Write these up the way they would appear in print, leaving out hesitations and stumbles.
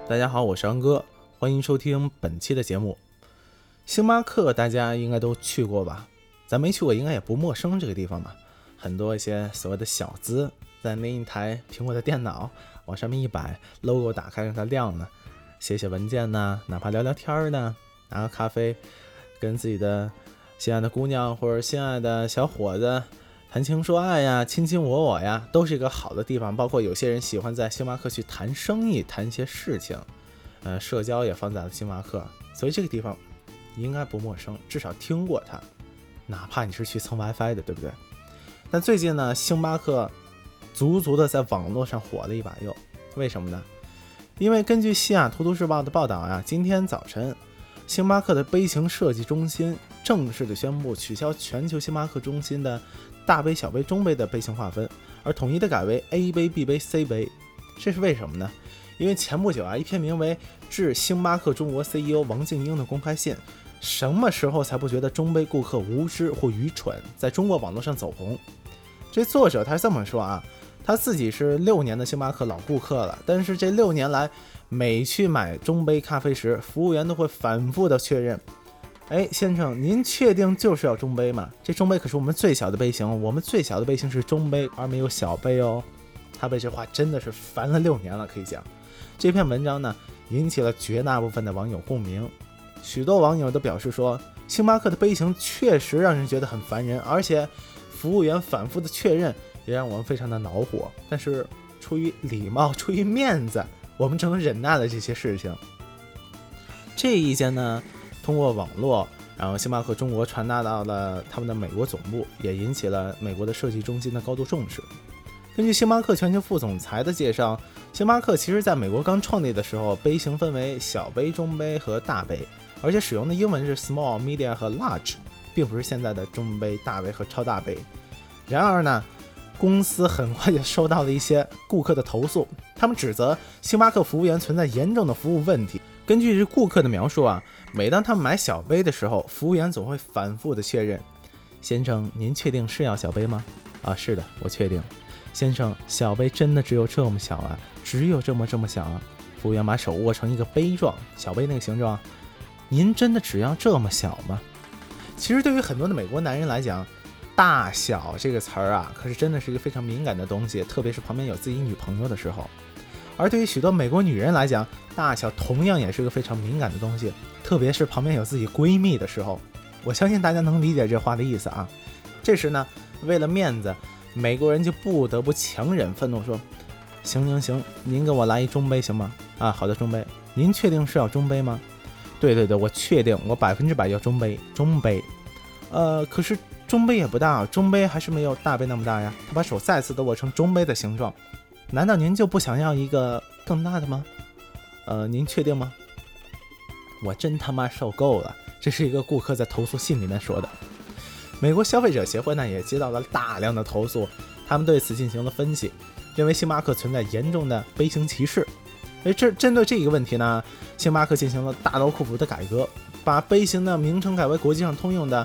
大家好，我是安哥，欢迎收听本期的节目。星巴克大家应该都去过吧？咱没去过应该也不陌生这个地方吧？很多一些所谓的小资在那一台苹果的电脑往上面一摆， logo 打开让它亮呢，写写文件呢，哪怕聊聊天呢，拿个咖啡跟自己的心爱的姑娘或者心爱的小伙子谈情说爱呀，卿卿我我呀，都是一个好的地方。包括有些人喜欢在星巴克去谈生意，谈一些事情，社交也放在了星巴克，所以这个地方应该不陌生，至少听过它，哪怕你是去蹭 WiFi 的，对不对？但最近呢，星巴克足足的在网络上火了一把又，为什么呢？因为根据西雅图都市报的报道呀，今天早晨星巴克的杯型设计中心正式的宣布取消全球星巴克中心的大杯、小杯、中杯的杯型划分，而统一的改为 A 杯、B 杯、C 杯。这是为什么呢？因为前不久一篇名为《致星巴克中国 CEO 王静英的公开信》，什么时候才不觉得中杯顾客无知或愚蠢，在中国网络上走红？这作者他是这么说他自己是6年的星巴克老顾客了，但是这6年来，每去买中杯咖啡时，服务员都会反复的确认，先生，您确定就是要中杯吗？这中杯可是我们最小的杯型，我们最小的杯型是中杯，而没有小杯哦。他被这话真的是烦了6年了，可以讲。这篇文章呢，引起了绝大部分的网友共鸣，许多网友都表示说，星巴克的杯型确实让人觉得很烦人，而且服务员反复的确认也让我们非常的恼火。但是出于礼貌，出于面子，我们只能忍耐了这些事情。这一意见呢，通过网络，然后星巴克中国传达到了他们的美国总部，也引起了美国的设计中心的高度重视。根据星巴克全球副总裁的介绍，星巴克其实在美国刚创立的时候，杯型分为小杯、中杯和大杯，而且使用的英文是 small、medium 和 large， 并不是现在的中杯、大杯和超大杯。然而呢，公司很快就收到了一些顾客的投诉，他们指责星巴克服务员存在严重的服务问题。根据顾客的描述每当他们买小杯的时候，服务员总会反复的确认，先生，您确定是要小杯吗？是的，我确定。先生，小杯真的只有这么小只有这么小服务员把手握成一个杯状，小杯那个形状，您真的只要这么小吗？其实对于很多的美国男人来讲，大小这个词儿可是真的是一个非常敏感的东西，特别是旁边有自己女朋友的时候。而对于许多美国女人来讲，大小同样也是一个非常敏感的东西，特别是旁边有自己闺蜜的时候。我相信大家能理解这话的意思这时呢，为了面子，美国人就不得不强忍愤怒说，行，您给我来一中杯行吗？好的，中杯。您确定是要中杯吗？对，我确定，我100%要中杯。可是中杯也不大，中杯还是没有大杯那么大呀。他把手再次的握成中杯的形状。难道您就不想要一个更大的吗？您确定吗？我真他妈受够了。这是一个顾客在投诉信里面说的。美国消费者协会呢也接到了大量的投诉，他们对此进行了分析，认为星巴克存在严重的杯型歧视。针对这个问题呢，星巴克进行了大刀阔斧的改革，把杯型的名称改为国际上通用的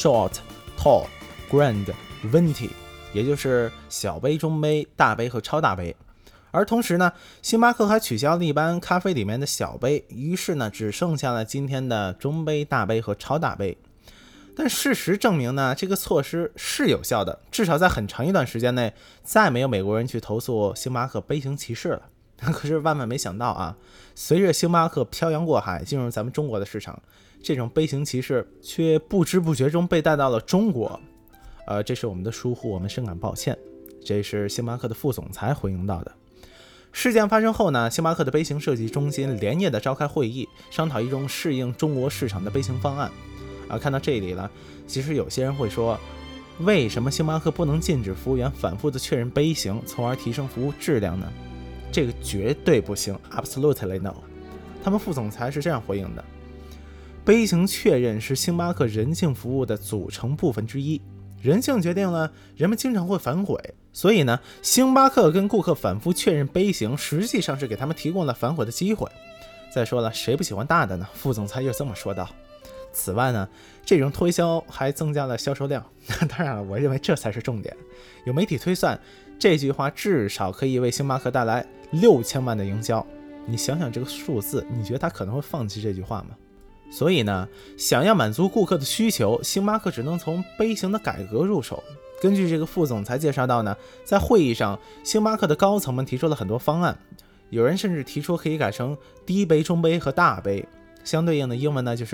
Short、Tall、Grand、Venti， 也就是小杯、中杯、大杯和超大杯。而同时呢，星巴克还取消了一般咖啡里面的小杯，于是呢，只剩下了今天的中杯、大杯和超大杯。但事实证明呢，这个措施是有效的，至少在很长一段时间内，再没有美国人去投诉星巴克杯型歧视了。可是万万没想到随着星巴克漂洋过海进入咱们中国的市场，这种杯型歧视却不知不觉中被带到了中国。这是我们的疏忽，我们深感抱歉。这是星巴克的副总裁回应到的。事件发生后呢，星巴克的杯型设计中心连夜的召开会议，商讨一种适应中国市场的杯型方案。看到这里了，其实有些人会说，为什么星巴克不能禁止服务员反复的确认杯型，从而提升服务质量呢？这个绝对不行 ，absolutely no。他们副总裁是这样回应的：杯型确认是星巴克人性服务的组成部分之一，人性决定了人们经常会反悔，所以呢，星巴克跟顾客反复确认杯型，实际上是给他们提供了反悔的机会。再说了，谁不喜欢大的呢？副总裁又这么说道。此外呢，这种推销还增加了销售量。当然了，我认为这才是重点。有媒体推算，这句话至少可以为星巴克带来6000万的营销。 你想想这个数字，你觉得他可能会放弃这句话吗？所以呢，想要满足顾客的需求，星巴克只能从杯型的改革入手。根据这个副总裁介绍到呢，在会议上，星巴克的高层们提出了很多方案，有人甚至提出可以改成低杯、中杯和大杯，相对应的英文呢就是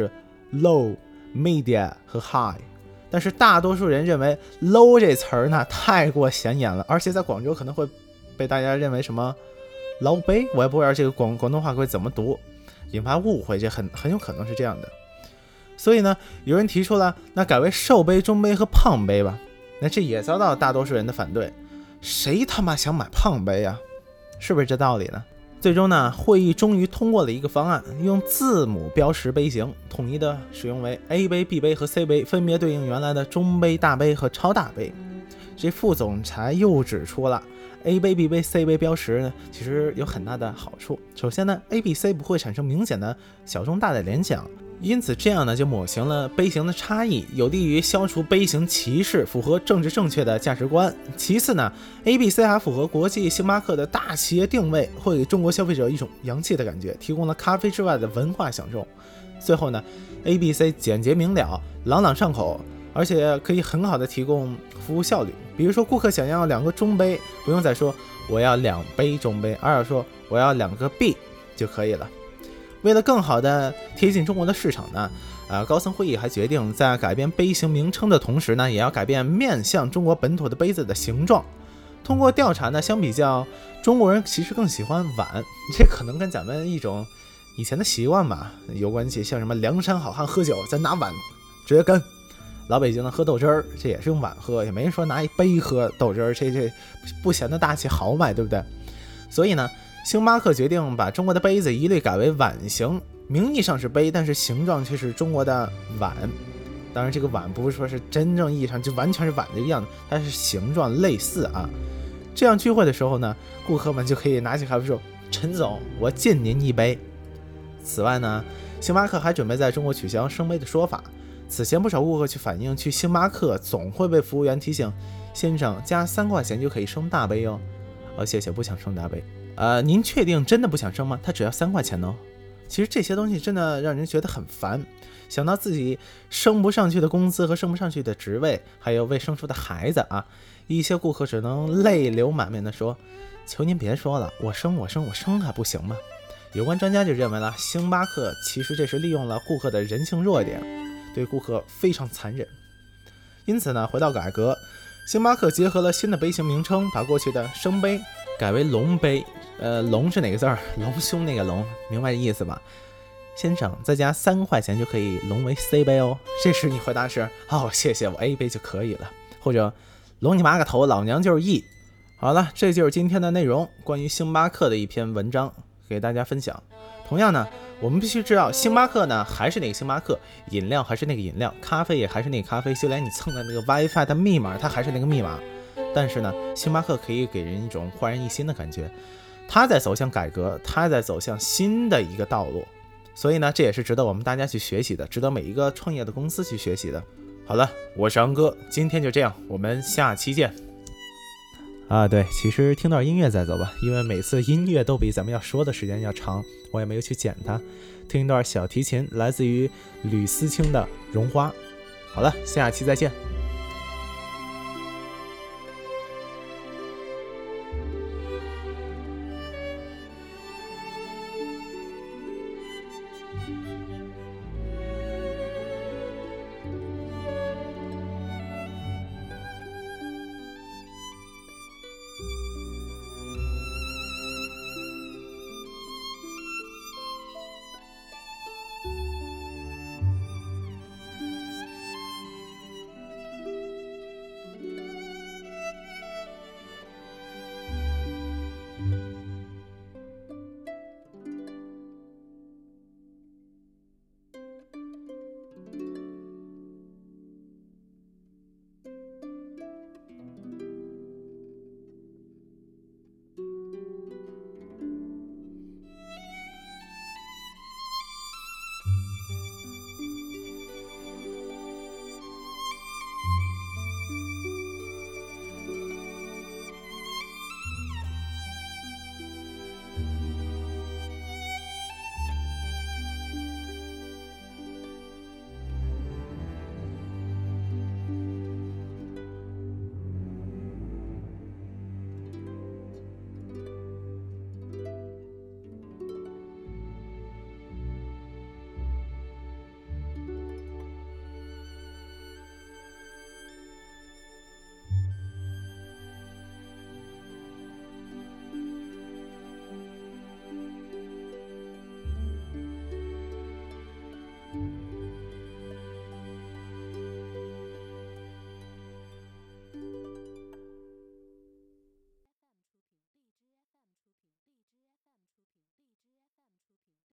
low、medium 和 high。但是大多数人认为 low 这词儿呢太过显眼了，而且在广州可能会被大家认为什么捞杯，我也不知道这个广东话会怎么读，引发误会，这很有可能是这样的。所以呢，有人提出了那改为瘦杯、中杯和胖杯吧，那这也遭到大多数人的反对，谁他妈想买胖杯啊？是不是这道理呢？最终呢，会议终于通过了一个方案，用字母标识杯型，统一的使用为 A 杯、B 杯和 C 杯，分别对应原来的中杯、大杯和超大杯。这副总裁又指出了 A 杯、B 杯、C 杯标识呢，其实有很大的好处。首先呢 ，A、B、C 不会产生明显的小中大的联想，因此这样呢就抹平了杯型的差异，有利于消除杯型歧视，符合政治正确的价值观。其次呢 ，A、B、C 还符合国际星巴克的大企业定位，会给中国消费者一种洋气的感觉，提供了咖啡之外的文化享受。最后呢 ，A、B、C 简洁明了，朗朗上口，而且可以很好的提供服务效率。比如说顾客想要2个中杯，不用再说我要2杯中杯，而是说我要2个 B 就可以了。为了更好的贴近中国的市场呢，高层会议还决定在改变杯型名称的同时呢，也要改变面向中国本土的杯子的形状。通过调查呢，相比较中国人其实更喜欢碗，这可能跟咱们一种以前的习惯吧有关系。像什么梁山好汉喝酒咱拿碗直接干，老北京的喝豆汁儿这也是用碗喝，也没人说拿一杯喝豆汁儿，这不显得大气豪迈，对不对？所以呢，星巴克决定把中国的杯子一律改为碗形，名义上是杯，但是形状却是中国的碗。当然这个碗不是说是真正意义上就完全是碗这个样子，它是形状类似啊。这样聚会的时候呢，顾客们就可以拿起咖啡说，陈总我敬您一杯。此外呢，星巴克还准备在中国取消升杯的说法。此前不少顾客去反映，去星巴克总会被服务员提醒，先生加3块钱就可以升大杯哦。谢谢，不想升大杯。您确定真的不想升吗？它只要3块钱哦。其实这些东西真的让人觉得很烦，想到自己升不上去的工资和升不上去的职位，还有未生出的孩子啊，一些顾客只能泪流满面的说，求您别说了，我升还不行吗？有关专家就认为了，星巴克其实这是利用了顾客的人性弱点，对顾客非常残忍。因此呢，回到改革，星巴克结合了新的杯型名称，把过去的升杯改为龙杯。龙是哪个字儿？隆胸那个龙，明白这意思吧？先生，再加3块钱就可以龙为 C 杯哦。这时你回答是，谢谢，我 A 杯就可以了。或者，龙你妈个头，老娘就是 E。好了，这就是今天的内容，关于星巴克的一篇文章，给大家分享。同样呢，我们必须知道，星巴克呢还是那个星巴克，饮料还是那个饮料，咖啡也还是那个咖啡，就连你蹭的那个 WiFi 的密码，它还是那个密码。但是呢，星巴克可以给人一种焕然一新的感觉，它在走向改革，它在走向新的一个道路。所以呢，这也是值得我们大家去学习的，值得每一个创业的公司去学习的。好了，我是昂哥，今天就这样，我们下期见。对，其实听段音乐再走吧，因为每次音乐都比咱们要说的时间要长，我也没有去剪它。听一段小提琴，来自于吕思清的《绒花》。好了，下期再见。